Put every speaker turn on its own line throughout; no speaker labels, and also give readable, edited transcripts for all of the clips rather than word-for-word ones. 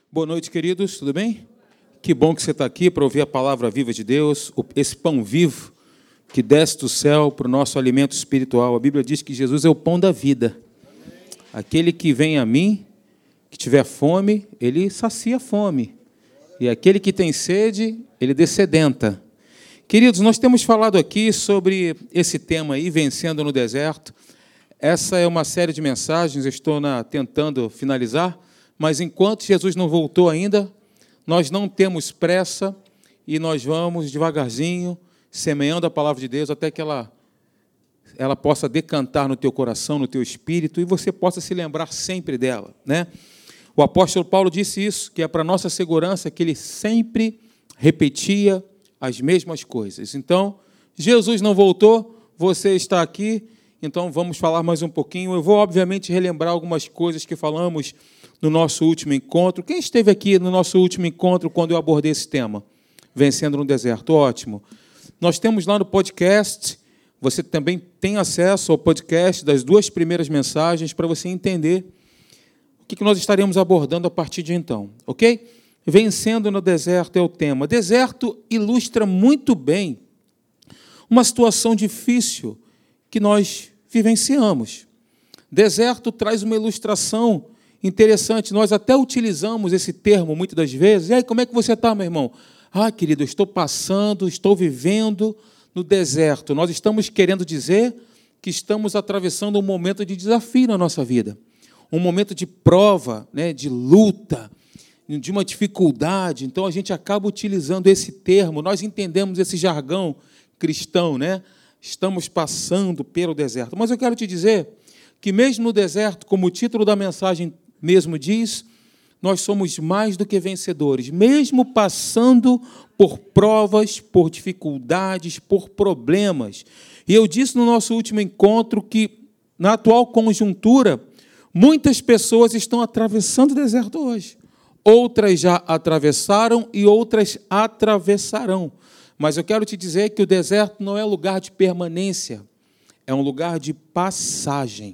Boa noite, queridos, tudo bem? Que bom que você está aqui para ouvir a palavra viva de Deus, esse pão vivo que desce do céu para o nosso alimento espiritual. A Bíblia diz que Jesus é o pão da vida. Aquele que vem a mim, que tiver fome, ele sacia a fome. E aquele que tem sede, ele dessedenta. Queridos, nós temos falado aqui sobre esse tema aí, vencendo no deserto. Essa é uma série de mensagens, eu estou tentando finalizar, mas enquanto Jesus não voltou ainda, nós não temos pressa e nós vamos devagarzinho, semeando a palavra de Deus até que ela possa decantar no teu coração, no teu espírito, e você possa se lembrar sempre dela, né? O apóstolo Paulo disse isso, que é para nossa segurança, que ele sempre repetia as mesmas coisas. Então, Jesus não voltou, você está aqui, então vamos falar mais um pouquinho. Eu vou, obviamente, relembrar algumas coisas que falamos no nosso último encontro. Quem esteve aqui no nosso último encontro quando eu abordei esse tema? Vencendo no deserto, ótimo. Nós temos lá no podcast, você também tem acesso ao podcast das 2 primeiras mensagens para você entender o que nós estaremos abordando a partir de então, ok? Vencendo no deserto é o tema. Deserto ilustra muito bem uma situação difícil que nós vivenciamos. Deserto traz uma ilustração interessante. Nós até utilizamos esse termo muitas das vezes. E aí, como é que você está, meu irmão? Ah, querido, eu estou vivendo no deserto. Nós estamos querendo dizer que estamos atravessando um momento de desafio na nossa vida. Um momento de prova, né, de luta, de uma dificuldade. Então, a gente acaba utilizando esse termo. Nós entendemos esse jargão cristão, né? Estamos passando pelo deserto. Mas eu quero te dizer que mesmo no deserto, como o título da mensagem mesmo diz, nós somos mais do que vencedores, mesmo passando por provas, por dificuldades, por problemas. E eu disse no nosso último encontro que, na atual conjuntura, muitas pessoas estão atravessando o deserto hoje. Outras já atravessaram e outras atravessarão. Mas eu quero te dizer que o deserto não é lugar de permanência, é um lugar de passagem.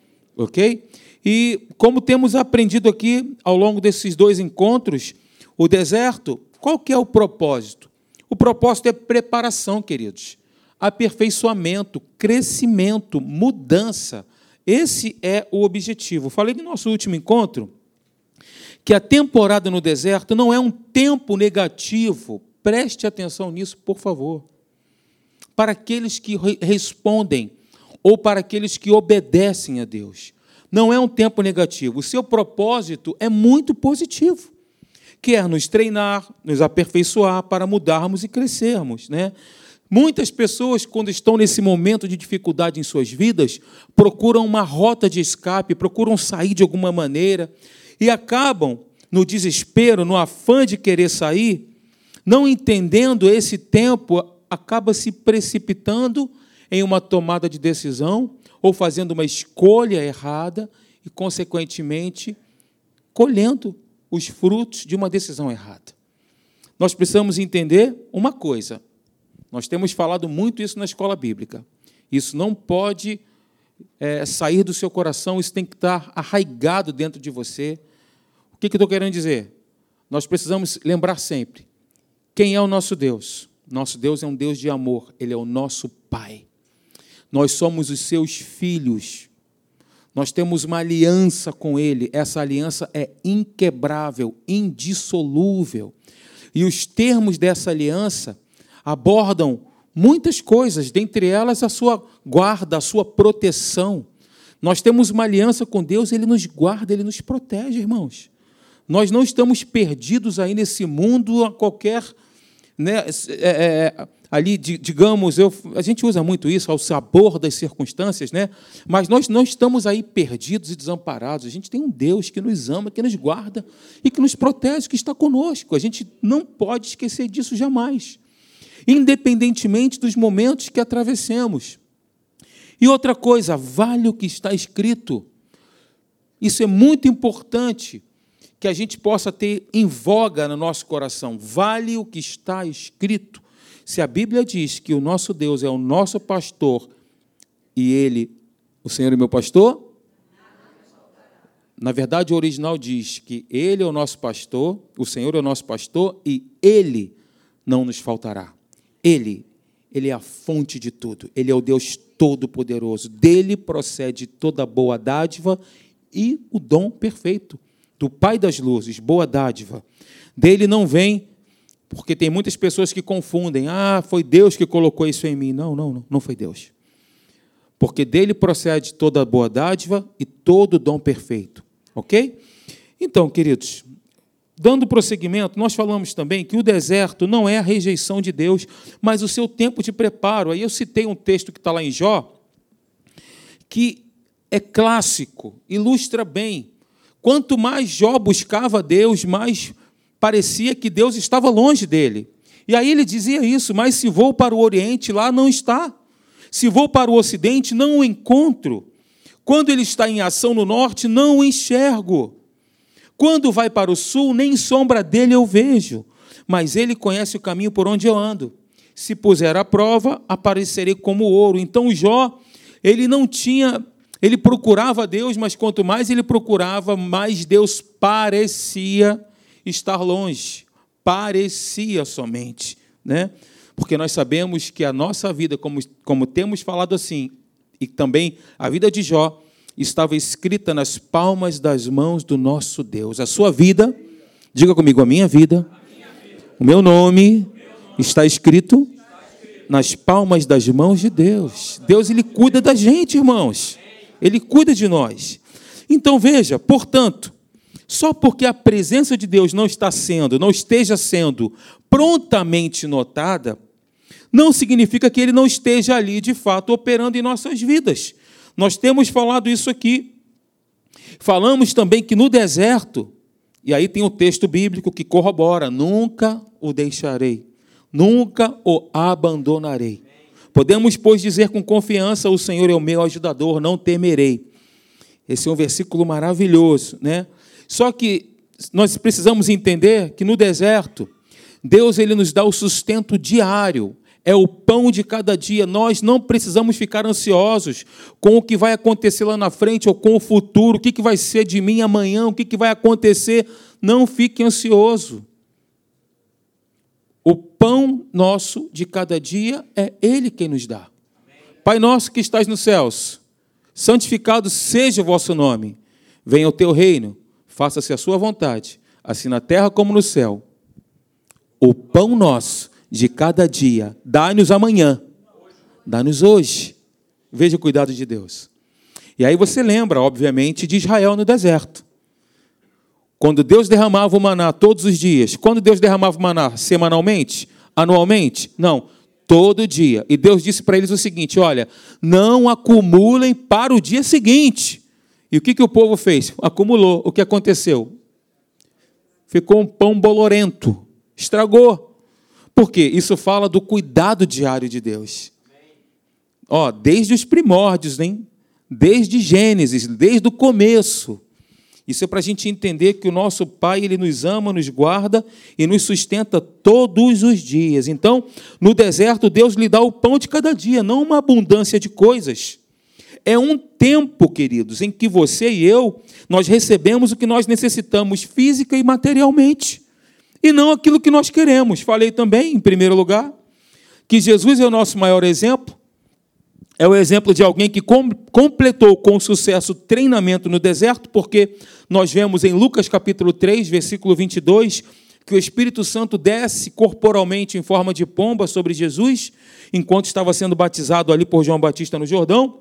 Ok? E como temos aprendido aqui ao longo desses 2 encontros, o deserto, qual que é o propósito? O propósito é preparação, queridos. Aperfeiçoamento, crescimento, mudança. Esse é o objetivo. Falei no nosso último encontro que a temporada no deserto não é um tempo negativo. Preste atenção nisso, por favor. Para aqueles que respondem ou para aqueles que obedecem a Deus. Não é um tempo negativo. O seu propósito é muito positivo. Quer nos treinar, nos aperfeiçoar para mudarmos e crescermos, né? Muitas pessoas, quando estão nesse momento de dificuldade em suas vidas, procuram uma rota de escape, procuram sair de alguma maneira e acabam, no desespero, no afã de querer sair, não entendendo esse tempo, acaba se precipitando em uma tomada de decisão ou fazendo uma escolha errada e, consequentemente, colhendo os frutos de uma decisão errada. Nós precisamos entender uma coisa. Nós temos falado muito isso na escola bíblica. Isso não pode sair do seu coração, isso tem que estar arraigado dentro de você. O que eu estou querendo dizer? Nós precisamos lembrar sempre quem é o nosso Deus. Nosso Deus é um Deus de amor, Ele é o nosso Pai. Nós somos os seus filhos. Nós temos uma aliança com Ele. Essa aliança é inquebrável, indissolúvel. E os termos dessa aliança abordam muitas coisas, dentre elas a sua guarda, a sua proteção. Nós temos uma aliança com Deus, Ele nos guarda, Ele nos protege, irmãos. Nós não estamos perdidos aí nesse mundo a qualquer... né, ali, digamos, a gente usa muito isso, ao sabor das circunstâncias, né? Mas nós não estamos aí perdidos e desamparados. A gente tem um Deus que nos ama, que nos guarda e que nos protege, que está conosco. A gente não pode esquecer disso jamais, independentemente dos momentos que atravessemos. E outra coisa, vale o que está escrito. Isso é muito importante que a gente possa ter em voga no nosso coração. Vale o que está escrito. Se a Bíblia diz que o nosso Deus é o nosso pastor e Ele, o Senhor é meu pastor, Na verdade, o original diz que Ele é o nosso pastor, o Senhor é o nosso pastor, e Ele não nos faltará. Ele é a fonte de tudo. Ele é o Deus Todo-Poderoso. Dele procede toda boa dádiva e o dom perfeito. Do Pai das luzes, boa dádiva. Dele não vem, porque tem muitas pessoas que confundem. Foi Deus que colocou isso em mim. Não foi Deus. Porque dele procede toda boa dádiva e todo dom perfeito. Ok? Então, queridos, dando prosseguimento, nós falamos também que o deserto não é a rejeição de Deus, mas o seu tempo de preparo. Aí eu citei um texto que está lá em Jó, que é clássico, ilustra bem. Quanto mais Jó buscava Deus, mais parecia que Deus estava longe dele. E aí ele dizia isso: mas se vou para o Oriente, lá não está. Se vou para o Ocidente, não o encontro. Quando ele está em ação no Norte, não o enxergo. Quando vai para o Sul, nem sombra dele eu vejo. Mas ele conhece o caminho por onde eu ando. Se puser à prova, aparecerei como ouro. Então Jó, ele procurava Deus, mas quanto mais ele procurava, mais Deus parecia estar longe. Parecia somente, né? Porque nós sabemos que a nossa vida, como temos falado assim, e também a vida de Jó, estava escrita nas palmas das mãos do nosso Deus. A sua vida, diga comigo, a minha vida, o meu nome está escrito nas palmas das mãos de Deus. Deus, Ele cuida da gente, irmãos. Ele cuida de nós. Então, veja, portanto, só porque a presença de Deus não esteja sendo prontamente notada, não significa que Ele não esteja ali, de fato, operando em nossas vidas. Nós temos falado isso aqui. Falamos também que no deserto, e aí tem o texto bíblico que corrobora: nunca o deixarei, nunca o abandonarei. Podemos, pois, dizer com confiança: o Senhor é o meu ajudador, não temerei. Esse é um versículo maravilhoso, né? Só que nós precisamos entender que no deserto, Deus, Ele nos dá o sustento diário. É o pão de cada dia. Nós não precisamos ficar ansiosos com o que vai acontecer lá na frente ou com o futuro. O que vai ser de mim amanhã? O que vai acontecer? Não fique ansioso. O pão nosso de cada dia é Ele quem nos dá. Pai nosso que estás nos céus, santificado seja o vosso nome. Venha o teu reino, faça-se a sua vontade, assim na terra como no céu. O pão nosso de cada dia, dá-nos amanhã, dá-nos hoje. Veja o cuidado de Deus. E aí você lembra, obviamente, de Israel no deserto. Quando Deus derramava o maná todos os dias. Quando Deus derramava o maná? Semanalmente? Anualmente? Não, todo dia. E Deus disse para eles o seguinte: olha, não acumulem para o dia seguinte. E o que o povo fez? Acumulou. O que aconteceu? Ficou um pão bolorento. Estragou. Por quê? Isso fala do cuidado diário de Deus. Desde os primórdios, hein? Desde Gênesis, desde o começo. Isso é para a gente entender que o nosso Pai, Ele nos ama, nos guarda e nos sustenta todos os dias. Então, no deserto, Deus lhe dá o pão de cada dia, não uma abundância de coisas. É um tempo, queridos, em que você e eu, nós recebemos o que nós necessitamos física e materialmente. E não aquilo que nós queremos. Falei também, em primeiro lugar, que Jesus é o nosso maior exemplo. É o exemplo de alguém que completou com sucesso o treinamento no deserto, porque nós vemos em Lucas capítulo 3, versículo 22, que o Espírito Santo desce corporalmente em forma de pomba sobre Jesus, enquanto estava sendo batizado ali por João Batista no Jordão.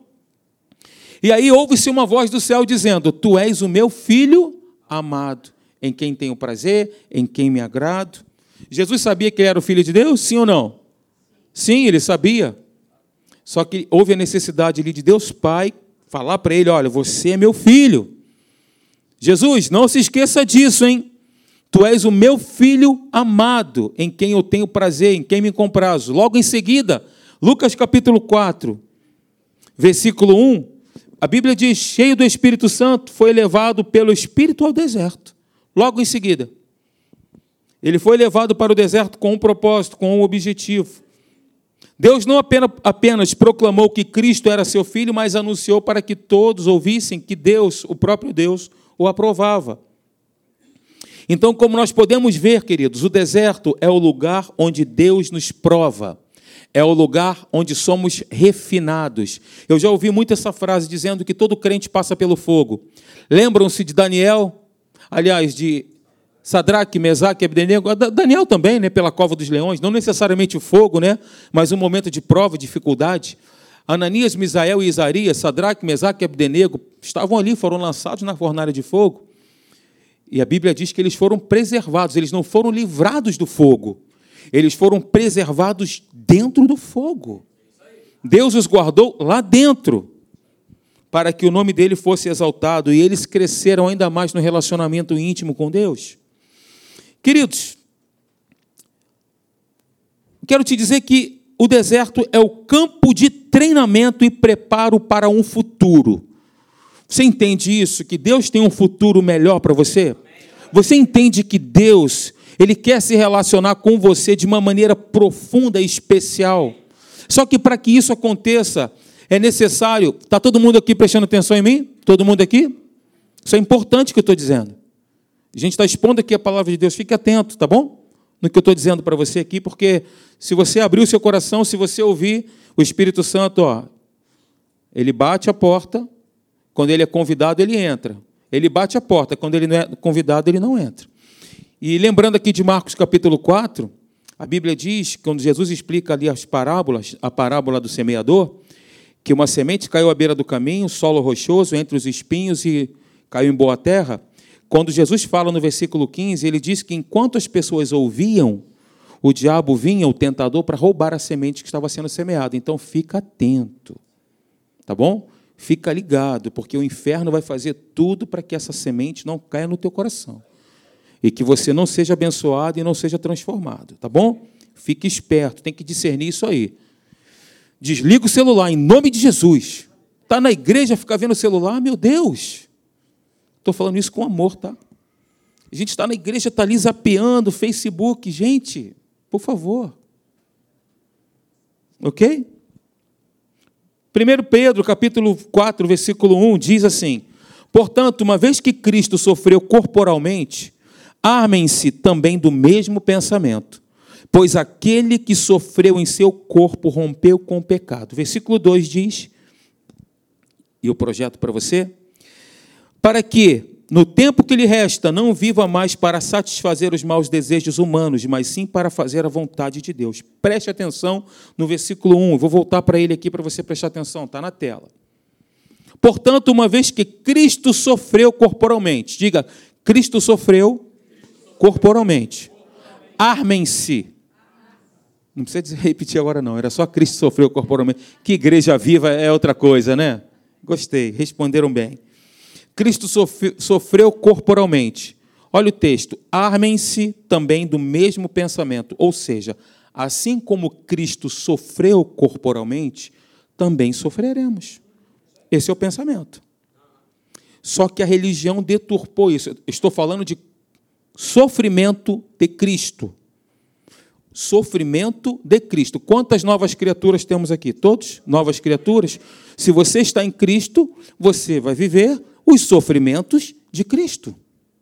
E aí ouve-se uma voz do céu dizendo: tu és o meu filho amado, em quem tenho prazer, em quem me agrado. Jesus sabia que ele era o Filho de Deus? Sim ou não? Sim, ele sabia. Só que houve a necessidade ali de Deus Pai falar para ele: olha, você é meu filho. Jesus, não se esqueça disso, hein? Tu és o meu filho amado, em quem eu tenho prazer, em quem me comprazo. Logo em seguida, Lucas capítulo 4, versículo 1, a Bíblia diz: cheio do Espírito Santo, foi levado pelo Espírito ao deserto. Logo em seguida, ele foi levado para o deserto com um propósito, com um objetivo. Deus não apenas proclamou que Cristo era seu Filho, mas anunciou para que todos ouvissem que Deus, o próprio Deus, o aprovava. Então, como nós podemos ver, queridos, o deserto é o lugar onde Deus nos prova. É o lugar onde somos refinados. Eu já ouvi muito essa frase dizendo que todo crente passa pelo fogo. Lembram-se de Daniel? Aliás, de Sadraque, Mesaque e Abdenego. Daniel também, né, pela cova dos leões. Não necessariamente o fogo, né, mas um momento de prova, dificuldade. Ananias, Misael e Isarias, Sadraque, Mesaque e Abdenego, estavam ali, foram lançados na fornalha de fogo. E a Bíblia diz que eles foram preservados, eles não foram livrados do fogo. Eles foram preservados dentro do fogo. Deus os guardou lá dentro, para que o nome dele fosse exaltado, e eles cresceram ainda mais no relacionamento íntimo com Deus. Queridos, quero te dizer que o deserto é o campo de treinamento e preparo para um futuro. Você entende isso? Que Deus tem um futuro melhor para você? Você entende que Deus, Ele quer se relacionar com você de uma maneira profunda e especial? Só que para que isso aconteça, é necessário... Está todo mundo aqui prestando atenção em mim? Todo mundo aqui? Isso é importante o que eu estou dizendo. A gente está expondo aqui a palavra de Deus. Fique atento, tá bom? No que eu estou dizendo para você aqui, porque se você abrir o seu coração, se você ouvir o Espírito Santo, ó, ele bate a porta, quando ele é convidado, ele entra. Ele bate a porta, quando ele não é convidado, ele não entra. E lembrando aqui de Marcos capítulo 4, a Bíblia diz, quando Jesus explica ali as parábolas, a parábola do semeador, que uma semente caiu à beira do caminho, solo rochoso, entre os espinhos, e caiu em boa terra. Quando Jesus fala no versículo 15, ele diz que enquanto as pessoas ouviam, o diabo vinha, o tentador, para roubar a semente que estava sendo semeada. Então, fica atento, tá bom? Fica ligado, porque o inferno vai fazer tudo para que essa semente não caia no teu coração. E que você não seja abençoado e não seja transformado, tá bom? Fique esperto, tem que discernir isso aí. Desliga o celular, em nome de Jesus. Está na igreja, fica vendo o celular, meu Deus. Estou falando isso com amor, tá? A gente está na igreja, está ali zapeando, Facebook. Gente, por favor. Ok? 1 Pedro, capítulo 4, versículo 1, diz assim: portanto, uma vez que Cristo sofreu corporalmente, armem-se também do mesmo pensamento, pois aquele que sofreu em seu corpo rompeu com o pecado. Versículo 2 diz, e eu projeto para você, para que, no tempo que lhe resta, não viva mais para satisfazer os maus desejos humanos, mas sim para fazer a vontade de Deus. Preste atenção no versículo 1, eu vou voltar para ele aqui para você prestar atenção, está na tela. Portanto, uma vez que Cristo sofreu corporalmente, diga, Cristo sofreu corporalmente, armem-se. Não precisa repetir agora não, era só Cristo sofreu corporalmente. Que igreja viva é outra coisa, né? Gostei, responderam bem. Cristo sofreu corporalmente. Olha o texto. Armem-se também do mesmo pensamento. Ou seja, assim como Cristo sofreu corporalmente, também sofreremos. Esse é o pensamento. Só que a religião deturpou isso. Estou falando de sofrimento de Cristo. Sofrimento de Cristo. Quantas novas criaturas temos aqui? Todos? Novas criaturas? Se você está em Cristo, você vai viver os sofrimentos de Cristo.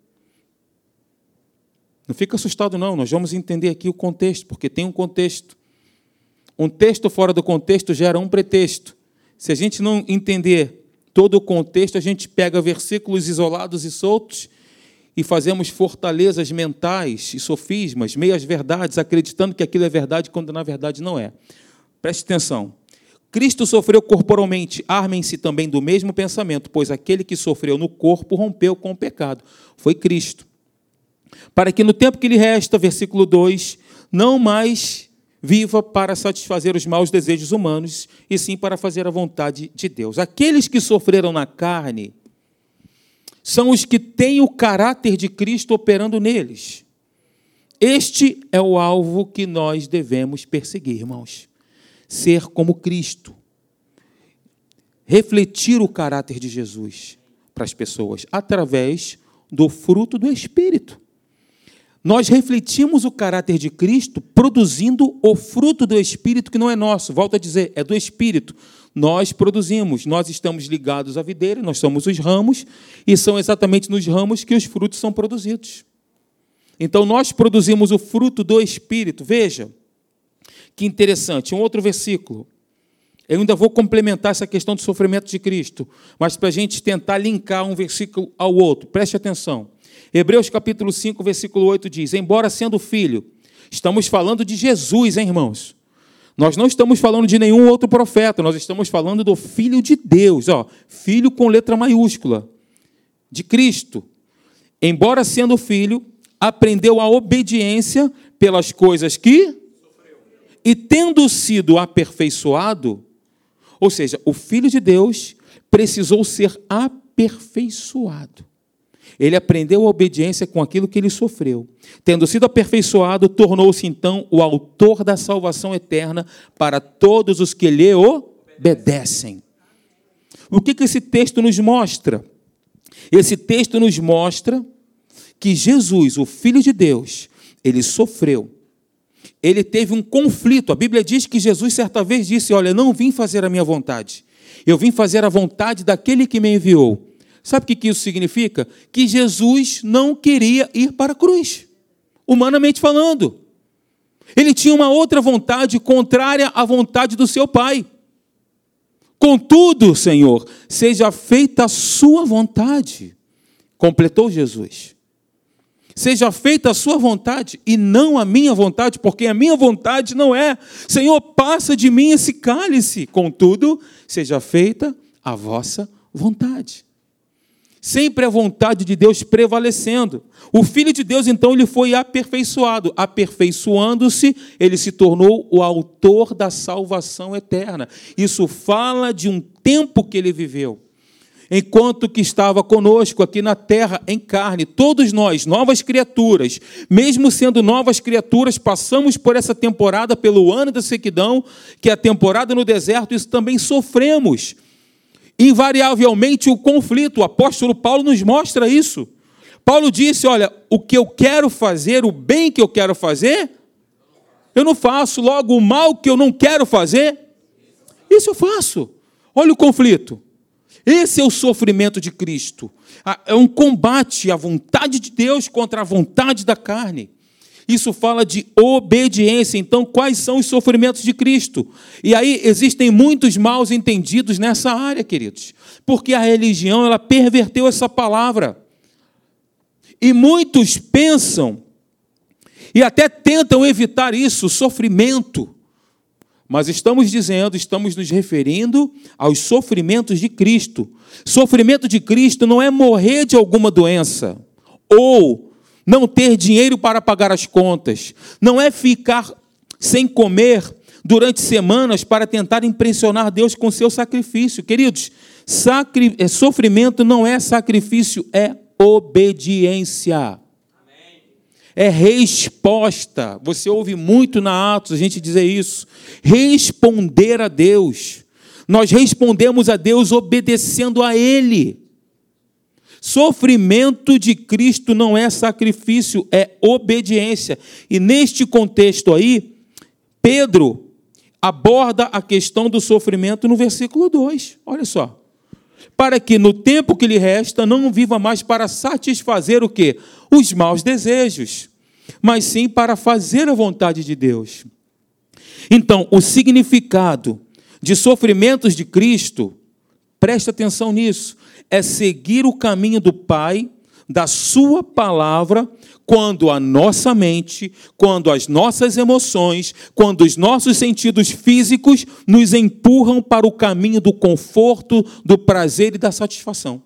Não fica assustado, não. Nós vamos entender aqui o contexto, porque tem um contexto. Um texto fora do contexto gera um pretexto. Se a gente não entender todo o contexto, a gente pega versículos isolados e soltos e fazemos fortalezas mentais e sofismas, meias-verdades, acreditando que aquilo é verdade, quando na verdade não é. Preste atenção. Cristo sofreu corporalmente, armem-se também do mesmo pensamento, pois aquele que sofreu no corpo rompeu com o pecado. Foi Cristo. Para que no tempo que lhe resta, versículo 2, não mais viva para satisfazer os maus desejos humanos, e sim para fazer a vontade de Deus. Aqueles que sofreram na carne são os que têm o caráter de Cristo operando neles. Este é o alvo que nós devemos perseguir, irmãos. Ser como Cristo. Refletir o caráter de Jesus para as pessoas, através do fruto do Espírito. Nós refletimos o caráter de Cristo produzindo o fruto do Espírito que não é nosso. Volto a dizer, é do Espírito. Nós produzimos, nós estamos ligados à videira, nós somos os ramos, e são exatamente nos ramos que os frutos são produzidos. Então, nós produzimos o fruto do Espírito. Veja, que interessante. Um outro versículo. Eu ainda vou complementar essa questão do sofrimento de Cristo, mas para a gente tentar linkar um versículo ao outro. Preste atenção. Hebreus capítulo 5, versículo 8 diz, embora sendo filho, estamos falando de Jesus, hein, irmãos? Nós não estamos falando de nenhum outro profeta, nós estamos falando do Filho de Deus, ó, Filho com letra maiúscula, de Cristo. Embora sendo filho, aprendeu a obediência pelas coisas que sofreu. E tendo sido aperfeiçoado, ou seja, o Filho de Deus precisou ser aperfeiçoado. Ele aprendeu a obediência com aquilo que ele sofreu. Tendo sido aperfeiçoado, tornou-se então o autor da salvação eterna para todos os que lhe obedecem. O que esse texto nos mostra? Esse texto nos mostra que Jesus, o Filho de Deus, ele sofreu. Ele teve um conflito. A Bíblia diz que Jesus certa vez disse, olha, não vim fazer a minha vontade. Eu vim fazer a vontade daquele que me enviou. Sabe o que isso significa? Que Jesus não queria ir para a cruz, humanamente falando. Ele tinha uma outra vontade contrária à vontade do seu Pai. Contudo, Senhor, seja feita a sua vontade. Completou Jesus. Seja feita a sua vontade e não a minha vontade, porque a minha vontade não é, Senhor, passa de mim esse cálice. Contudo, seja feita a vossa vontade. Sempre a vontade de Deus prevalecendo. O Filho de Deus, então, ele foi aperfeiçoado. Aperfeiçoando-se, ele se tornou o autor da salvação eterna. Isso fala de um tempo que ele viveu. Enquanto que estava conosco aqui na terra, em carne, todos nós, novas criaturas, mesmo sendo novas criaturas, passamos por essa temporada, pelo ano da sequidão, que é a temporada no deserto, isso também sofremos. Invariavelmente o conflito, o apóstolo Paulo nos mostra isso. Paulo disse, olha, o que eu quero fazer, o bem que eu quero fazer, eu não faço, logo o mal que eu não quero fazer, isso eu faço. Olha o conflito. Esse é o sofrimento de Cristo. É um combate à vontade de Deus contra a vontade da carne. Isso fala de obediência. Então, quais são os sofrimentos de Cristo? E aí existem muitos maus entendidos nessa área, queridos. Porque a religião, ela perverteu essa palavra. E muitos pensam, e até tentam evitar isso, sofrimento. Mas estamos nos referindo aos sofrimentos de Cristo. Sofrimento de Cristo não é morrer de alguma doença, ou não ter dinheiro para pagar as contas, não é ficar sem comer durante semanas para tentar impressionar Deus com seu sacrifício. Queridos, sofrimento não é sacrifício, é obediência. É resposta. Você ouve muito na Atos a gente dizer isso. Responder a Deus. Nós respondemos a Deus obedecendo a Ele. Sofrimento de Cristo não é sacrifício, é obediência. E neste contexto aí, Pedro aborda a questão do sofrimento no versículo 2. Olha só. Para que no tempo que lhe resta não viva mais para satisfazer o quê? Os maus desejos, mas sim para fazer a vontade de Deus. Então, o significado de sofrimentos de Cristo, presta atenção nisso, é seguir o caminho do Pai, da sua palavra, quando a nossa mente, quando as nossas emoções, quando os nossos sentidos físicos nos empurram para o caminho do conforto, do prazer e da satisfação.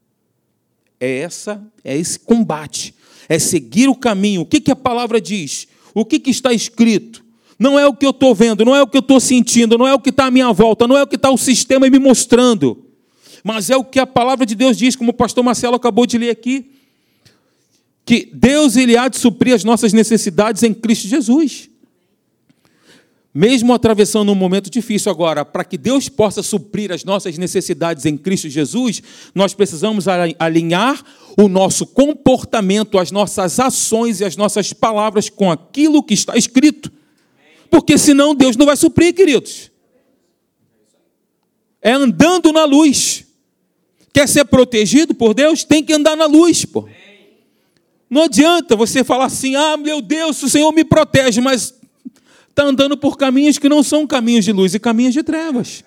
É esse combate, é seguir o caminho. O que a palavra diz? O que está escrito? Não é o que eu estou vendo, não é o que eu estou sentindo, não é o que está à minha volta, não é o que está o sistema me mostrando, mas é o que a palavra de Deus diz, como o pastor Marcelo acabou de ler aqui, que Deus ele há de suprir as nossas necessidades em Cristo Jesus. mesmo atravessando um momento difícil agora, para que Deus possa suprir as nossas necessidades em Cristo Jesus, nós precisamos alinhar o nosso comportamento, as nossas ações e as nossas palavras com aquilo que está escrito. Porque senão Deus não vai suprir, queridos. É andando na luz. Quer ser protegido por Deus? Tem que andar na luz, pô. Não adianta você falar assim, meu Deus, o Senhor me protege, mas está andando por caminhos que não são caminhos de luz e caminhos de trevas.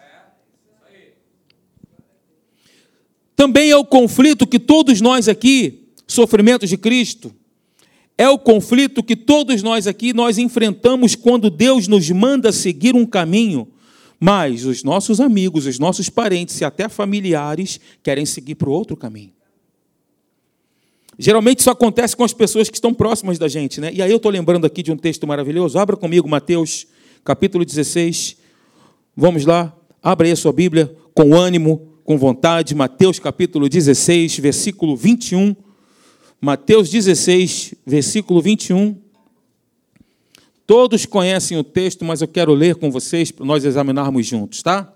Também é o conflito que todos nós aqui, sofrimentos de Cristo, é o conflito que todos nós aqui nós enfrentamos quando Deus nos manda seguir um caminho, mas os nossos amigos, os nossos parentes e até familiares querem seguir para o outro caminho. Geralmente isso acontece com as pessoas que estão próximas da gente, né? E aí eu estou lembrando aqui de um texto maravilhoso. Abra comigo Mateus, capítulo 16. Vamos lá, abra aí a sua Bíblia com ânimo, com vontade. Mateus, capítulo 16, versículo 21. Mateus 16, versículo 21. Todos conhecem o texto, mas eu quero ler com vocês para nós examinarmos juntos, tá?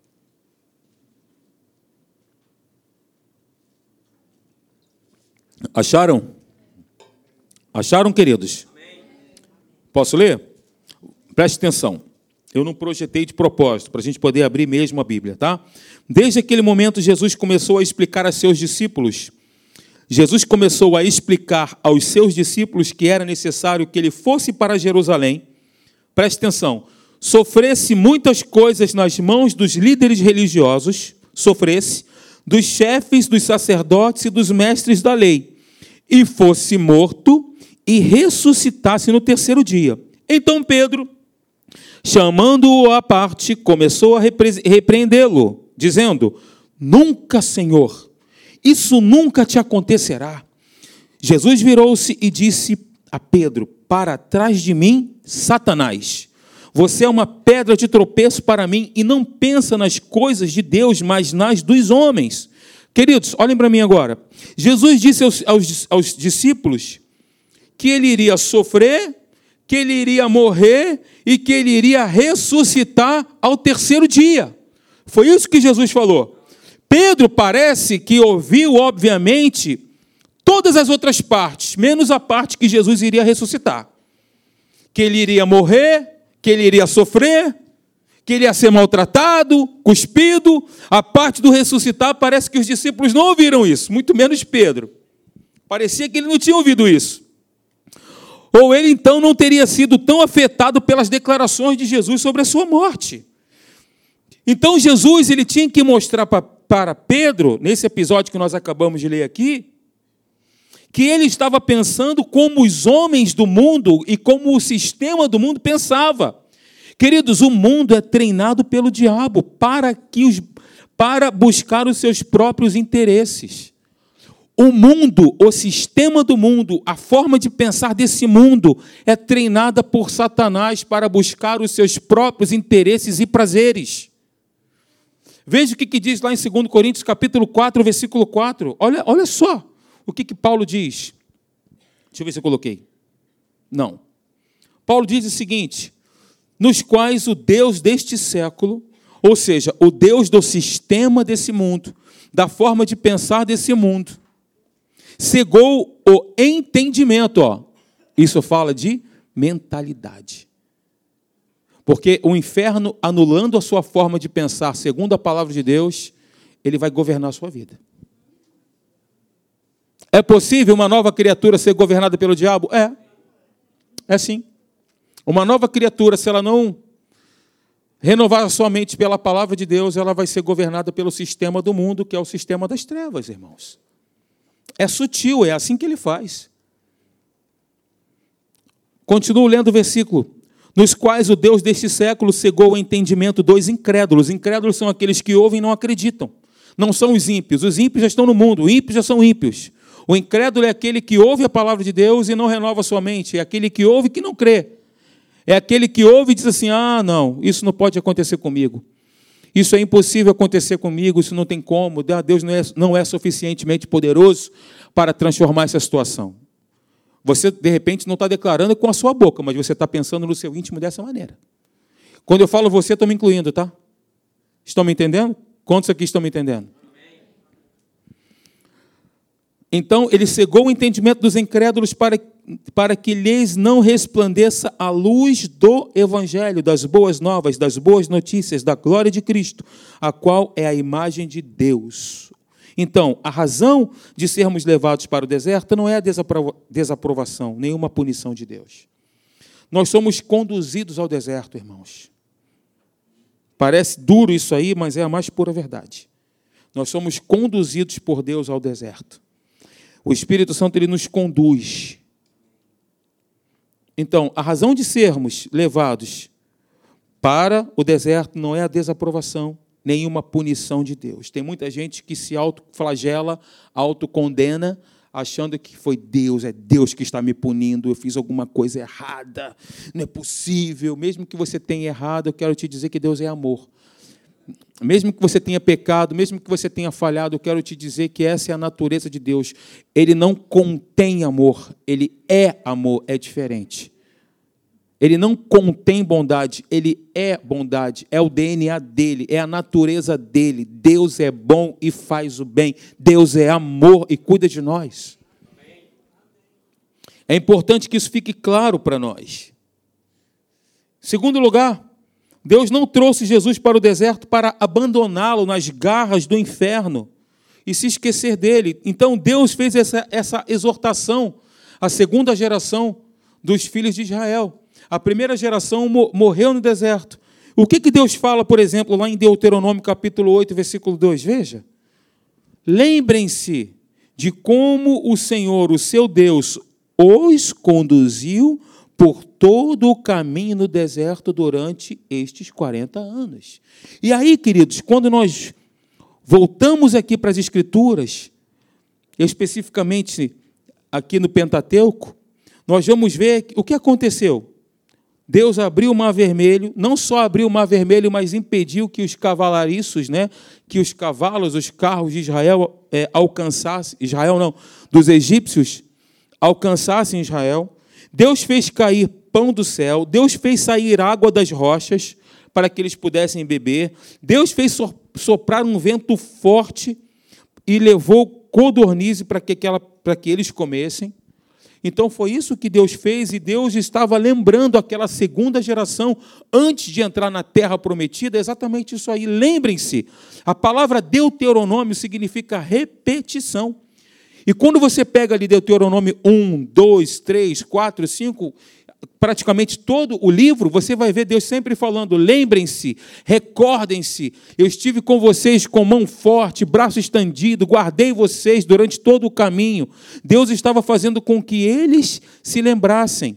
Acharam? Acharam, queridos? Posso ler? Preste atenção. Eu não projetei de propósito, para a gente poder abrir mesmo a Bíblia, tá? Desde aquele momento, Jesus começou a explicar a seus discípulos. Jesus começou a explicar aos seus discípulos que era necessário que ele fosse para Jerusalém. Preste atenção. Sofresse muitas coisas nas mãos dos líderes religiosos, dos chefes, dos sacerdotes e dos mestres da lei, e fosse morto e ressuscitasse no terceiro dia. Então Pedro, chamando-o à parte, começou a repreendê-lo, dizendo: nunca, Senhor, isso nunca te acontecerá. Jesus virou-se e disse a Pedro: para trás de mim, Satanás. Você é uma pedra de tropeço para mim e não pensa nas coisas de Deus, mas nas dos homens. Queridos, olhem para mim agora. Jesus disse aos discípulos que ele iria sofrer, que ele iria morrer e que ele iria ressuscitar ao terceiro dia. Foi isso que Jesus falou. Pedro parece que ouviu, obviamente, todas as outras partes, menos a parte que Jesus iria ressuscitar. Que ele iria morrer, que ele iria sofrer, que ele ia ser maltratado, cuspido. A parte do ressuscitar, parece que os discípulos não ouviram isso, muito menos Pedro. Parecia que ele não tinha ouvido isso. Ou ele, então, não teria sido tão afetado pelas declarações de Jesus sobre a sua morte. Então, Jesus ele tinha que mostrar para Pedro, nesse episódio que nós acabamos de ler aqui, que ele estava pensando como os homens do mundo e como o sistema do mundo pensava. Queridos, o mundo é treinado pelo diabo para buscar os seus próprios interesses. O mundo, o sistema do mundo, a forma de pensar desse mundo é treinada por Satanás para buscar os seus próprios interesses e prazeres. Veja o que diz lá em 2 Coríntios, capítulo 4, versículo 4. Olha só o que Paulo diz. Deixa eu ver se eu coloquei. Não. Paulo diz o seguinte: nos quais o Deus deste século, ou seja, o Deus do sistema desse mundo, da forma de pensar desse mundo, cegou o entendimento. Isso fala de mentalidade. Porque o inferno, anulando a sua forma de pensar segundo a palavra de Deus, ele vai governar a sua vida. É possível uma nova criatura ser governada pelo diabo? É sim. Uma nova criatura, se ela não renovar a sua mente pela palavra de Deus, ela vai ser governada pelo sistema do mundo, que é o sistema das trevas, irmãos. É sutil, é assim que ele faz. Continuo lendo o versículo. Nos quais o Deus deste século cegou o entendimento dos incrédulos. Incrédulos são aqueles que ouvem e não acreditam. Não são os ímpios. Os ímpios já estão no mundo. Os ímpios já são ímpios. O incrédulo é aquele que ouve a palavra de Deus e não renova sua mente. É aquele que ouve e que não crê. É aquele que ouve e diz assim: não, isso não pode acontecer comigo. Isso é impossível acontecer comigo, isso não tem como. Deus não é suficientemente poderoso para transformar essa situação. Você, de repente, não está declarando com a sua boca, mas você está pensando no seu íntimo dessa maneira. Quando eu falo você, estou me incluindo, tá? Estão me entendendo? Quantos aqui estão me entendendo? Então, ele cegou o entendimento dos incrédulos para que lhes não resplandeça a luz do Evangelho, das boas novas, das boas notícias, da glória de Cristo, a qual é a imagem de Deus. Então, a razão de sermos levados para o deserto não é a desaprovação, nenhuma punição de Deus. Nós somos conduzidos ao deserto, irmãos. Parece duro isso aí, mas é a mais pura verdade. Nós somos conduzidos por Deus ao deserto. O Espírito Santo, ele nos conduz. Então, a razão de sermos levados para o deserto não é a desaprovação, nenhuma punição de Deus. Tem muita gente que se autoflagela, autocondena, achando que foi Deus, é Deus que está me punindo, eu fiz alguma coisa errada, não é possível. Mesmo que você tenha errado, eu quero te dizer que Deus é amor. Mesmo que você tenha pecado, mesmo que você tenha falhado, eu quero te dizer que essa é a natureza de Deus. Ele não contém amor, ele é amor, é diferente. Ele não contém bondade, ele é bondade, é o DNA dele, é a natureza dele. Deus é bom e faz o bem. Deus é amor e cuida de nós. É importante que isso fique claro para nós. Segundo lugar, Deus não trouxe Jesus para o deserto para abandoná-lo nas garras do inferno e se esquecer dele. Então, Deus fez essa exortação à segunda geração dos filhos de Israel. A primeira geração morreu no deserto. O que Deus fala, por exemplo, lá em Deuteronômio, capítulo 8, versículo 2? Veja. Lembrem-se de como o Senhor, o seu Deus, os conduziu por todo o caminho no deserto durante estes 40 anos. E aí, queridos, quando nós voltamos aqui para as Escrituras, especificamente aqui no Pentateuco, nós vamos ver o que aconteceu. Deus abriu o Mar Vermelho, não só abriu o Mar Vermelho, mas impediu que os cavalariços, que os cavalos, os carros de Israel alcançassem, dos egípcios alcançassem Israel. Deus fez cair pão do céu, Deus fez sair água das rochas para que eles pudessem beber, Deus fez soprar um vento forte e levou codornize para que eles comessem. Então, foi isso que Deus fez, e Deus estava lembrando aquela segunda geração, antes de entrar na terra prometida, exatamente isso aí. Lembrem-se, a palavra Deuteronômio significa repetição. E quando você pega ali Deuteronômio 1, 2, 3, 4, 5, praticamente todo o livro, você vai ver Deus sempre falando: lembrem-se, recordem-se, eu estive com vocês com mão forte, braço estendido, guardei vocês durante todo o caminho. Deus estava fazendo com que eles se lembrassem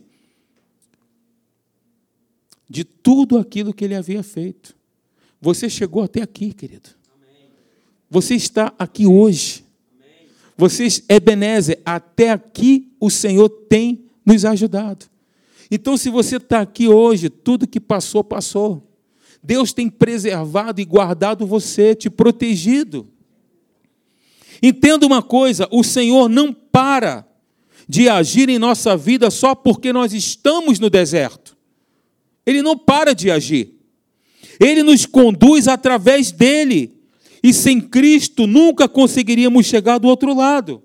de tudo aquilo que ele havia feito. Você chegou até aqui, querido. Você está aqui hoje. Vocês, Ebenezer, até aqui o Senhor tem nos ajudado. Então, se você está aqui hoje, tudo que passou, passou. Deus tem preservado e guardado você, te protegido. Entenda uma coisa, o Senhor não para de agir em nossa vida só porque nós estamos no deserto. Ele não para de agir. Ele nos conduz através dele. E sem Cristo, nunca conseguiríamos chegar do outro lado.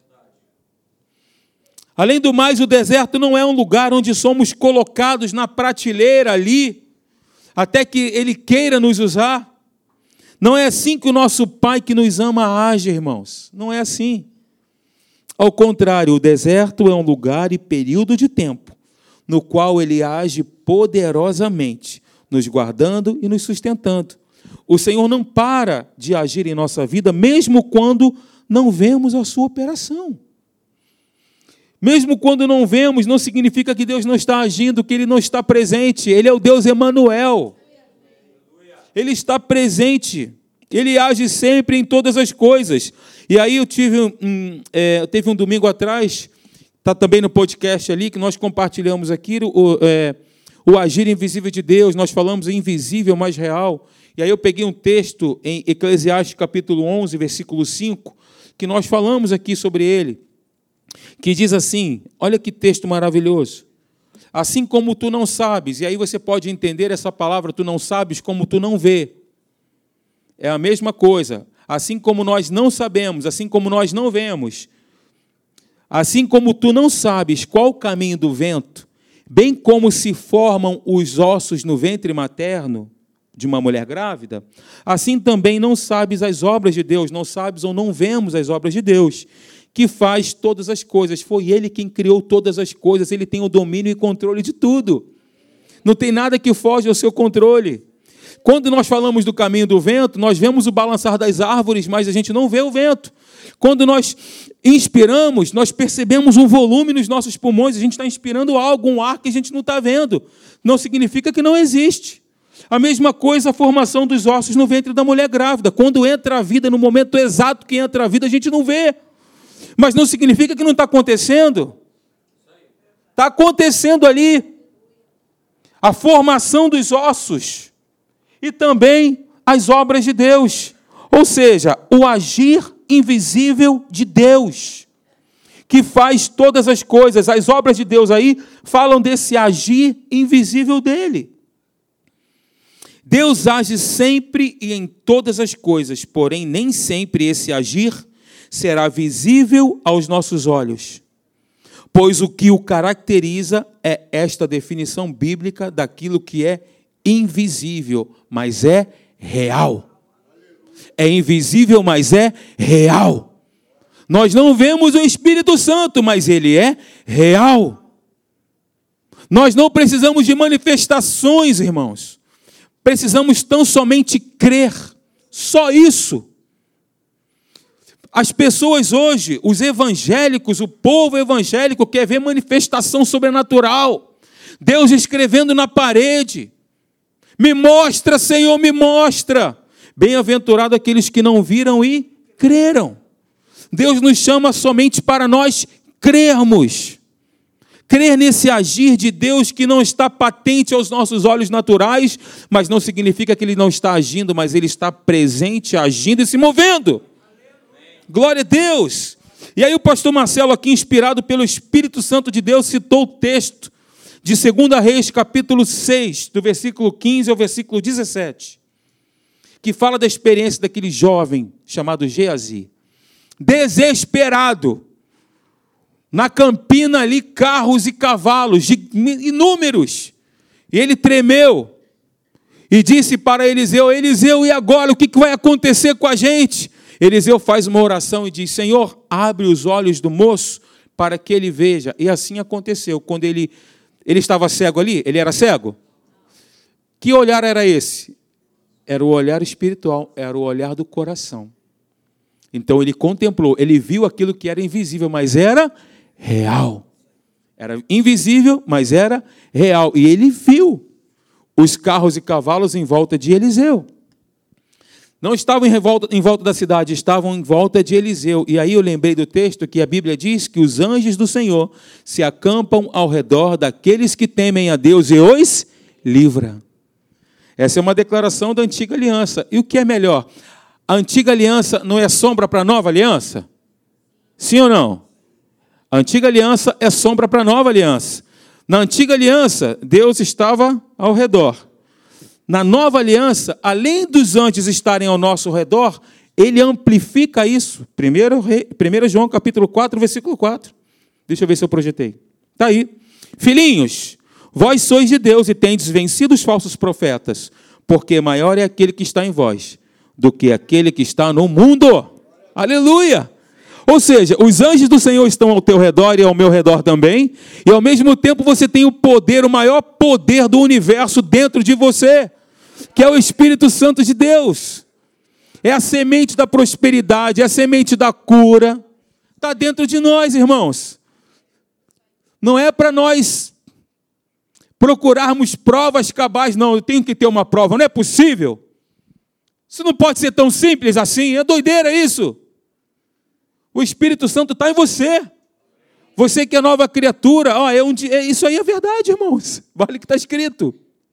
Além do mais, o deserto não é um lugar onde somos colocados na prateleira ali, até que Ele queira nos usar. Não é assim que o nosso Pai que nos ama age, irmãos. Não é assim. Ao contrário, o deserto é um lugar e período de tempo no qual Ele age poderosamente, nos guardando e nos sustentando. O Senhor não para de agir em nossa vida, mesmo quando não vemos a sua operação. Mesmo quando não vemos, não significa que Deus não está agindo, que Ele não está presente. Ele é o Deus Emanuel. Ele está presente. Ele age sempre em todas as coisas. E aí teve um domingo atrás, está também no podcast ali, que nós compartilhamos aqui, o agir invisível de Deus. Nós falamos invisível, mas real. E aí eu peguei um texto em Eclesiastes capítulo 11, versículo 5, que nós falamos aqui sobre ele, que diz assim, olha que texto maravilhoso: Assim como tu não sabes, e aí você pode entender essa palavra, tu não sabes, como tu não vê. É a mesma coisa. Assim como nós não sabemos, assim como nós não vemos, assim como tu não sabes qual o caminho do vento, bem como se formam os ossos no ventre materno de uma mulher grávida, assim também não sabes as obras de Deus, não sabes ou não vemos as obras de Deus, que faz todas as coisas. Foi Ele quem criou todas as coisas, Ele tem o domínio e controle de tudo. Não tem nada que foge ao seu controle. Quando nós falamos do caminho do vento, nós vemos o balançar das árvores, mas a gente não vê o vento. Quando nós inspiramos, nós percebemos um volume nos nossos pulmões, a gente está inspirando algo, um ar que a gente não está vendo. Não significa que não existe. A mesma coisa a formação dos ossos no ventre da mulher grávida. Quando entra a vida, no momento exato que entra a vida, a gente não vê. Mas não significa que não está acontecendo. Está acontecendo ali a formação dos ossos e também as obras de Deus. Ou seja, o agir invisível de Deus, que faz todas as coisas. As obras de Deus aí falam desse agir invisível dele. Deus age sempre e em todas as coisas, porém nem sempre esse agir será visível aos nossos olhos. Pois o que o caracteriza é esta definição bíblica daquilo que é invisível, mas é real. É invisível, mas é real. Nós não vemos o Espírito Santo, mas ele é real. Nós não precisamos de manifestações, irmãos. Precisamos tão somente crer. Só isso. As pessoas hoje, os evangélicos, o povo evangélico quer ver manifestação sobrenatural. Deus escrevendo na parede. Me mostra, Senhor, me mostra. Bem-aventurado aqueles que não viram e creram. Deus nos chama somente para nós crermos. Crer nesse agir de Deus que não está patente aos nossos olhos naturais, mas não significa que Ele não está agindo, mas Ele está presente, agindo e se movendo. Glória a Deus. E aí o pastor Marcelo, aqui inspirado pelo Espírito Santo de Deus, citou o texto de 2 Reis, capítulo 6, do versículo 15 ao versículo 17, que fala da experiência daquele jovem chamado Geazi, desesperado, na campina ali, carros e cavalos, inúmeros, e ele tremeu, e disse para Eliseu, Eliseu, e agora, o que vai acontecer com a gente? Eliseu faz uma oração e diz, Senhor, abre os olhos do moço, para que ele veja, e assim aconteceu, quando ele estava cego ali, ele era cego? Que olhar era esse? Era o olhar espiritual, era o olhar do coração. Então ele contemplou, ele viu aquilo que era invisível, mas era real. Era invisível, mas era real. E ele viu os carros e cavalos em volta de Eliseu. Não estavam em volta da cidade, estavam em volta de Eliseu. E aí eu lembrei do texto que a Bíblia diz que os anjos do Senhor se acampam ao redor daqueles que temem a Deus e os livra. Essa é uma declaração da antiga aliança. E o que é melhor? A antiga aliança não é sombra para a nova aliança? Sim ou não? A antiga aliança é sombra para a nova aliança. Na antiga aliança, Deus estava ao redor. Na nova aliança, além dos anjos estarem ao nosso redor, ele amplifica isso. 1 João capítulo 4, versículo 4. Deixa eu ver se eu projetei. Está aí. Filhinhos, vós sois de Deus e tendes vencido os falsos profetas, porque maior é aquele que está em vós do que aquele que está no mundo. Aleluia! Ou seja, os anjos do Senhor estão ao teu redor e ao meu redor também, e ao mesmo tempo você tem o poder, o maior poder do universo dentro de você, que é o Espírito Santo de Deus. É a semente da prosperidade, é a semente da cura. Está dentro de nós, irmãos. Não é para nós procurarmos provas cabais, não. Eu tenho que ter uma prova, não é possível. Isso não pode ser tão simples assim, é doideira isso. O Espírito Santo está em você. Você que é nova criatura. Isso aí é verdade, irmãos. Vale o que está escrito.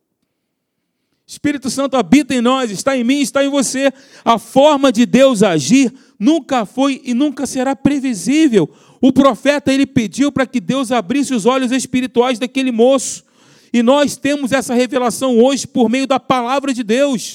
Espírito Santo habita em nós, está em mim, está em você. A forma de Deus agir nunca foi e nunca será previsível. O profeta, ele pediu para que Deus abrisse os olhos espirituais daquele moço. E nós temos essa revelação hoje por meio da palavra de Deus.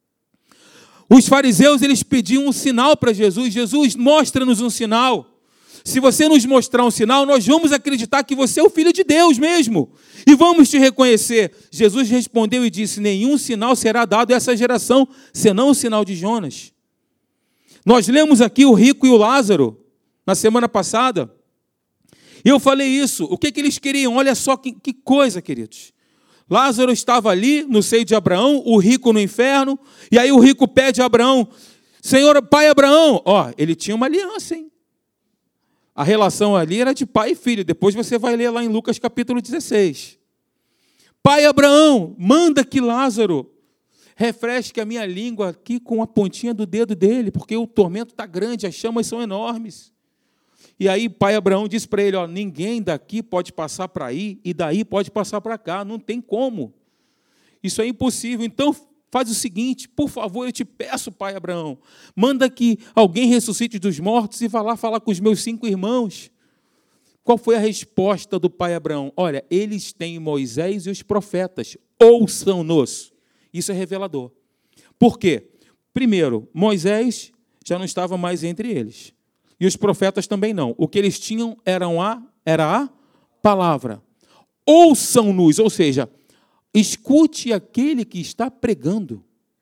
Os fariseus, eles pediam um sinal para Jesus. Jesus, mostra-nos um sinal. Se você nos mostrar um sinal, nós vamos acreditar que você é o Filho de Deus mesmo. E vamos te reconhecer. Jesus respondeu e disse, nenhum sinal será dado a essa geração, senão o sinal de Jonas. Nós lemos aqui o rico e o Lázaro, na semana passada. E eu falei isso. O que eles queriam? Olha só que coisa, queridos. Lázaro estava ali, no seio de Abraão, o rico no inferno. E aí o rico pede a Abraão, Senhor, pai Abraão. Ele tinha uma aliança, hein? A relação ali era de pai e filho. Depois você vai ler lá em Lucas capítulo 16. Pai Abraão, manda que Lázaro refresque a minha língua aqui com a pontinha do dedo dele, porque o tormento está grande, as chamas são enormes. E aí pai Abraão disse para ele, ninguém daqui pode passar para aí e daí pode passar para cá, não tem como. Isso é impossível. Então faz o seguinte, por favor, eu te peço, pai Abraão, manda que alguém ressuscite dos mortos e vá lá falar com os meus 5 irmãos. Qual foi a resposta do pai Abraão? Olha, eles têm Moisés e os profetas, ouçam-nos. Isso é revelador. Por quê? Primeiro, Moisés já não estava mais entre eles. E os profetas também não. O que eles tinham era a palavra. Ouçam-nos, ou seja, escute aquele que está pregando.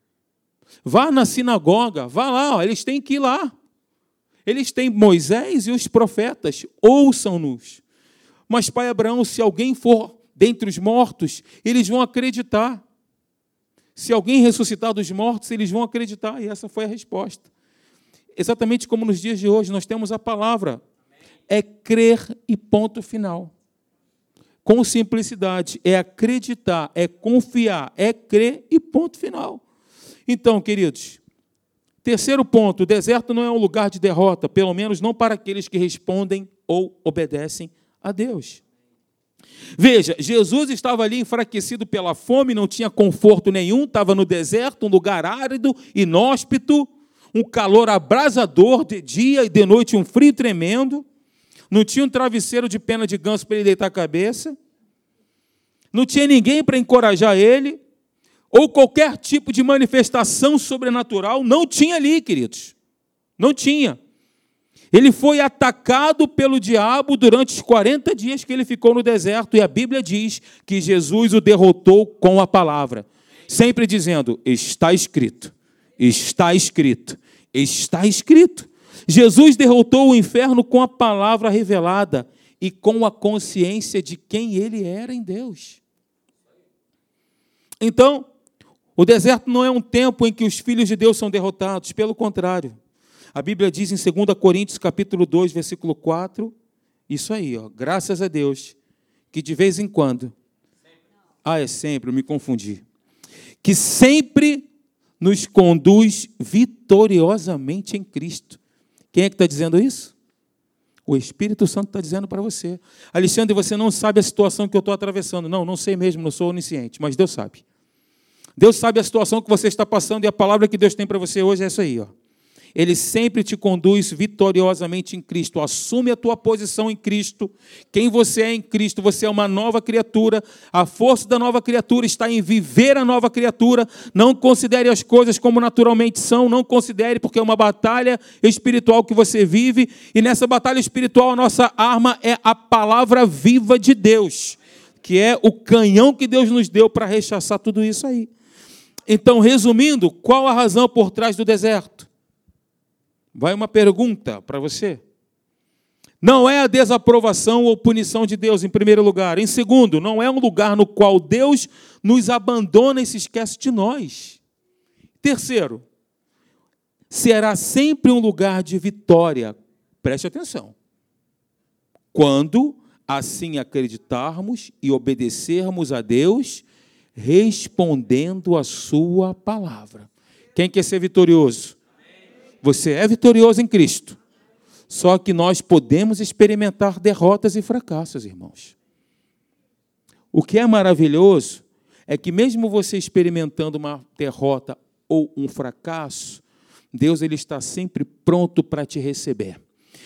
Vá na sinagoga, vá lá, eles têm que ir lá. Eles têm Moisés e os profetas, ouçam-nos. Mas, pai Abraão, se alguém for dentre os mortos, eles vão acreditar. Se alguém ressuscitar dos mortos, eles vão acreditar. E essa foi a resposta. Exatamente como nos dias de hoje, nós temos a palavra. É crer e ponto final. Com simplicidade, é acreditar, é confiar, é crer e ponto final. Então, queridos, terceiro ponto, o deserto não é um lugar de derrota, pelo menos não para aqueles que respondem ou obedecem a Deus. Veja, Jesus estava ali enfraquecido pela fome, não tinha conforto nenhum, estava no deserto, um lugar árido, inóspito, um calor abrasador de dia e de noite, um frio tremendo. Não tinha um travesseiro de pena de ganso para ele deitar a cabeça. Não tinha ninguém para encorajar ele. Ou qualquer tipo de manifestação sobrenatural. Não tinha ali, queridos. Não tinha. Ele foi atacado pelo diabo durante os 40 dias que ele ficou no deserto. E a Bíblia diz que Jesus o derrotou com a palavra. Sempre dizendo, está escrito, está escrito, está escrito. Jesus derrotou o inferno com a palavra revelada e com a consciência de quem ele era em Deus. Então, o deserto não é um tempo em que os filhos de Deus são derrotados, pelo contrário. A Bíblia diz em 2 Coríntios, capítulo 2, versículo 4, isso aí, graças a Deus, que de vez em quando, é sempre, eu me confundi, que sempre nos conduz vitoriosamente em Cristo. Quem é que está dizendo isso? O Espírito Santo está dizendo para você. Alexandre, você não sabe a situação que eu estou atravessando. Não sei mesmo, não sou onisciente, mas Deus sabe. Deus sabe a situação que você está passando e a palavra que Deus tem para você hoje é essa aí. Ele sempre te conduz vitoriosamente em Cristo. Assume a tua posição em Cristo. Quem você é em Cristo, você é uma nova criatura. A força da nova criatura está em viver a nova criatura. Não considere as coisas como naturalmente são. Não considere, porque é uma batalha espiritual que você vive. E nessa batalha espiritual, a nossa arma é a palavra viva de Deus, que é o canhão que Deus nos deu para rechaçar tudo isso aí. Então, resumindo, qual a razão por trás do deserto? Vai uma pergunta para você. Não é a desaprovação ou punição de Deus, em primeiro lugar. Em segundo, não é um lugar no qual Deus nos abandona e se esquece de nós. Terceiro, será sempre um lugar de vitória. Preste atenção. Quando assim acreditarmos e obedecermos a Deus, respondendo a sua palavra. Quem quer ser vitorioso? Você é vitorioso em Cristo. Só que nós podemos experimentar derrotas e fracassos, irmãos. O que é maravilhoso é que mesmo você experimentando uma derrota ou um fracasso, Deus ele está sempre pronto para te receber.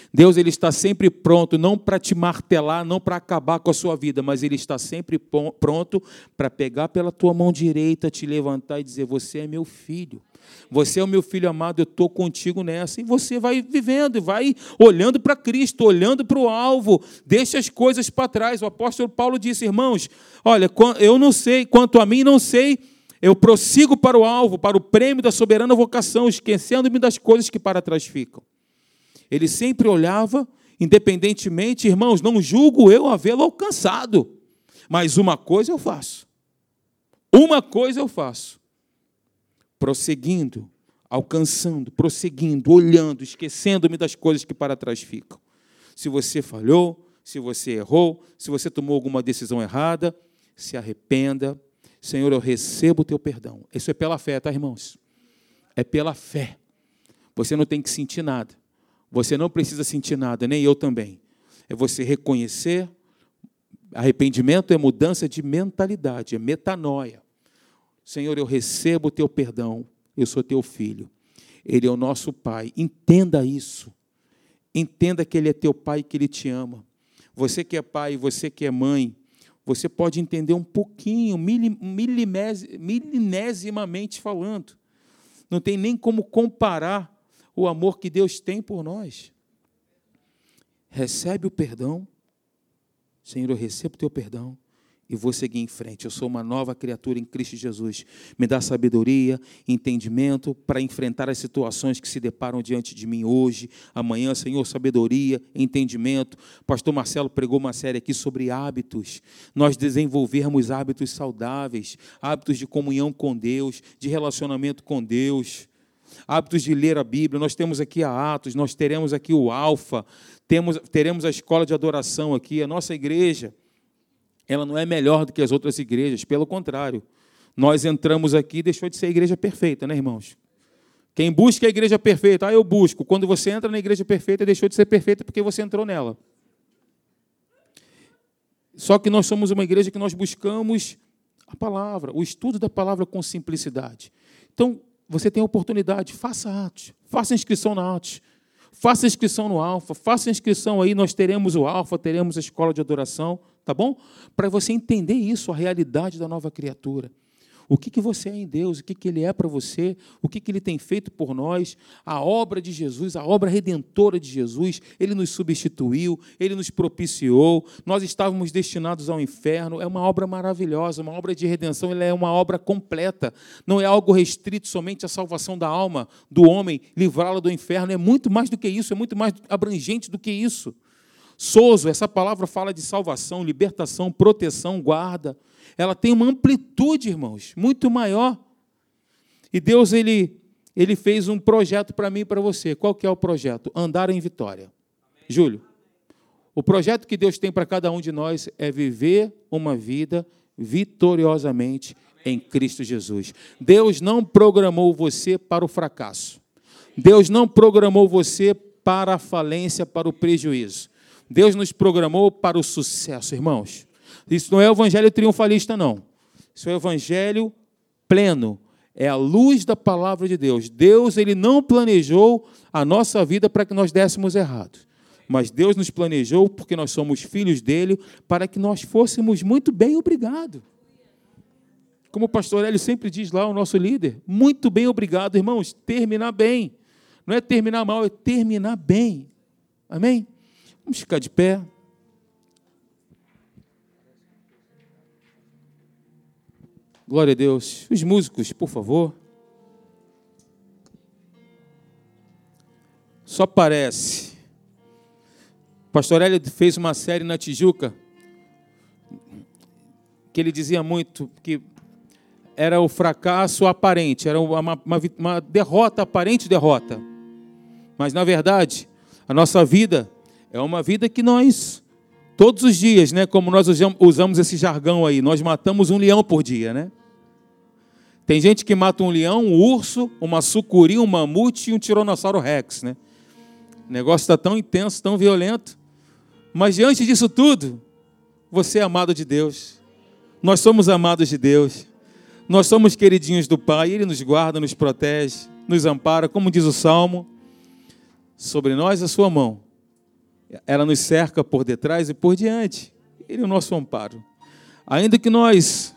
Deus, ele está sempre pronto, não para te martelar, não para acabar com a sua vida, mas ele está sempre pronto para pegar pela tua mão direita, te levantar e dizer, você é meu filho. Você é o meu filho amado, eu estou contigo nessa. E você vai vivendo, e vai olhando para Cristo, olhando para o alvo, deixa as coisas para trás. O apóstolo Paulo disse, irmãos, olha, eu não sei, quanto a mim não sei, eu prossigo para o alvo, para o prêmio da soberana vocação, esquecendo-me das coisas que para trás ficam. Ele sempre olhava, independentemente, irmãos, não julgo eu havê-lo alcançado, mas uma coisa eu faço. Uma coisa eu faço. Prosseguindo, alcançando, prosseguindo, olhando, esquecendo-me das coisas que para trás ficam. Se você falhou, se você errou, se você tomou alguma decisão errada, se arrependa. Senhor, eu recebo o teu perdão. Isso é pela fé, tá, irmãos? É pela fé. Você não tem que sentir nada. Você não precisa sentir nada, nem eu também. É você reconhecer. Arrependimento é mudança de mentalidade, é metanoia. Senhor, eu recebo o teu perdão, eu sou teu filho. Ele é o nosso Pai. Entenda isso. Entenda que Ele é teu Pai e que Ele te ama. Você que é pai, você que é mãe, você pode entender um pouquinho, milimesimamente falando. Não tem nem como comparar o amor que Deus tem por nós. Recebe o perdão. Senhor, eu recebo o teu perdão. E vou seguir em frente. Eu sou uma nova criatura em Cristo Jesus. Me dá sabedoria, entendimento para enfrentar as situações que se deparam diante de mim hoje, amanhã. Senhor, sabedoria, entendimento. Pastor Marcelo pregou uma série aqui sobre hábitos. Nós desenvolvermos hábitos saudáveis, hábitos de comunhão com Deus, de relacionamento com Deus, hábitos de ler a Bíblia. Nós temos aqui a Atos, nós teremos aqui o Alfa, teremos a escola de adoração aqui, a nossa igreja. Ela não é melhor do que as outras igrejas, pelo contrário. Nós entramos aqui e deixou de ser a igreja perfeita, né, irmãos? Quem busca a igreja perfeita, eu busco. Quando você entra na igreja perfeita, deixou de ser perfeita porque você entrou nela. Só que nós somos uma igreja que nós buscamos a palavra, o estudo da palavra com simplicidade. Então, você tem a oportunidade, faça Atos, faça inscrição na Atos, faça inscrição no Alfa, faça inscrição aí, nós teremos o Alfa, teremos a escola de adoração, tá bom? Para você entender isso, a realidade da nova criatura. O que você é em Deus, o que Ele é para você, o que Ele tem feito por nós, a obra de Jesus, a obra redentora de Jesus, Ele nos substituiu, Ele nos propiciou, nós estávamos destinados ao inferno, é uma obra maravilhosa, uma obra de redenção, ela é uma obra completa, não é algo restrito somente à salvação da alma, do homem, livrá-la do inferno, é muito mais do que isso, é muito mais abrangente do que isso. Sozo, essa palavra fala de salvação, libertação, proteção, guarda. Ela tem uma amplitude, irmãos, muito maior. E Deus, Ele fez um projeto para mim e para você. Qual que é o projeto? Andar em vitória. Amém. Júlio, o projeto que Deus tem para cada um de nós é viver uma vida vitoriosamente em Cristo Jesus. Deus não programou você para o fracasso. Deus não programou você para a falência, para o prejuízo. Deus nos programou para o sucesso, irmãos. Isso não é o evangelho triunfalista, não. Isso é o evangelho pleno. É a luz da palavra de Deus. Deus, Ele não planejou a nossa vida para que nós dessemos errado. Mas Deus nos planejou, porque nós somos filhos dEle, para que nós fôssemos muito bem, obrigado. Como o pastor Hélio sempre diz lá, o nosso líder, muito bem, obrigado, irmãos, terminar bem. Não é terminar mal, é terminar bem. Amém? Vamos ficar de pé. Glória a Deus. Os músicos, por favor. Só parece. O pastor Hélio fez uma série na Tijuca que ele dizia muito que era o fracasso aparente, era uma derrota, aparente derrota. Mas, na verdade, a nossa vida é uma vida que nós, todos os dias, né, como nós usamos esse jargão aí, nós matamos um leão por dia, né? Tem gente que mata um leão, um urso, uma sucuri, um mamute e um tiranossauro rex, né? O negócio está tão intenso, tão violento. Mas diante disso tudo, você é amado de Deus. Nós somos amados de Deus. Nós somos queridinhos do Pai. Ele nos guarda, nos protege, nos ampara. Como diz o Salmo, sobre nós a sua mão ela nos cerca por detrás e por diante. Ele é o nosso amparo. Ainda que nós,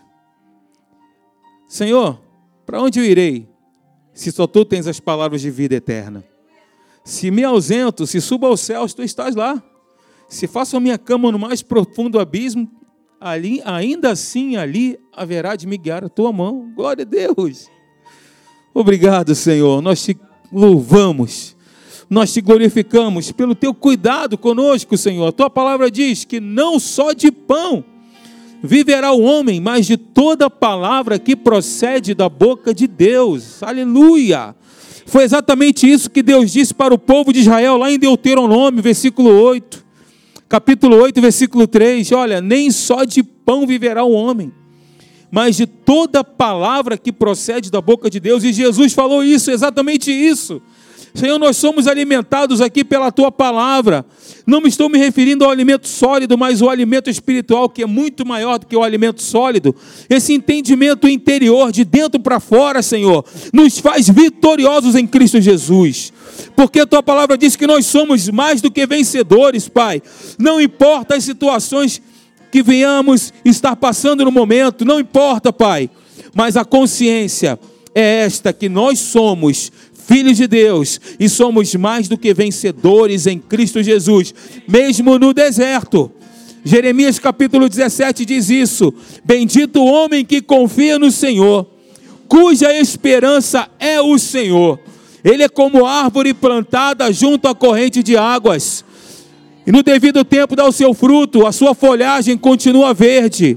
Senhor, para onde eu irei, se só Tu tens as palavras de vida eterna? Se me ausento, se subo aos céus, Tu estás lá. Se faço a minha cama no mais profundo abismo, ali, ainda assim ali haverá de me guiar a Tua mão. Glória a Deus. Obrigado, Senhor. Nós Te louvamos. Nós Te glorificamos pelo Teu cuidado conosco, Senhor. A Tua palavra diz que não só de pão viverá o homem, mas de toda palavra que procede da boca de Deus. Aleluia! Foi exatamente isso que Deus disse para o povo de Israel, lá em Deuteronômio, versículo 8. Capítulo 8, versículo 3. Olha, nem só de pão viverá o homem, mas de toda palavra que procede da boca de Deus. E Jesus falou isso, exatamente isso. Senhor, nós somos alimentados aqui pela Tua palavra. Não estou me referindo ao alimento sólido, mas ao alimento espiritual, que é muito maior do que o alimento sólido. Esse entendimento interior, de dentro para fora, Senhor, nos faz vitoriosos em Cristo Jesus. Porque a Tua palavra diz que nós somos mais do que vencedores, Pai. Não importa as situações que venhamos estar passando no momento, não importa, Pai. Mas a consciência é esta, que nós somos filhos de Deus, e somos mais do que vencedores em Cristo Jesus, mesmo no deserto. Jeremias capítulo 17 diz isso: bendito o homem que confia no Senhor, cuja esperança é o Senhor. Ele é como árvore plantada junto à corrente de águas, e no devido tempo dá o seu fruto, a sua folhagem continua verde.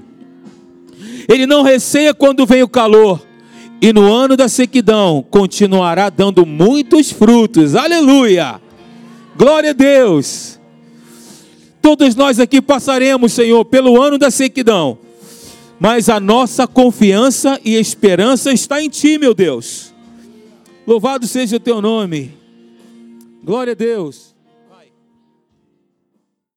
Ele não receia quando vem o calor, e no ano da sequidão continuará dando muitos frutos. Aleluia! Glória a Deus! Todos nós aqui passaremos, Senhor, pelo ano da sequidão, mas a nossa confiança e esperança está em Ti, meu Deus. Louvado seja o Teu nome. Glória a Deus!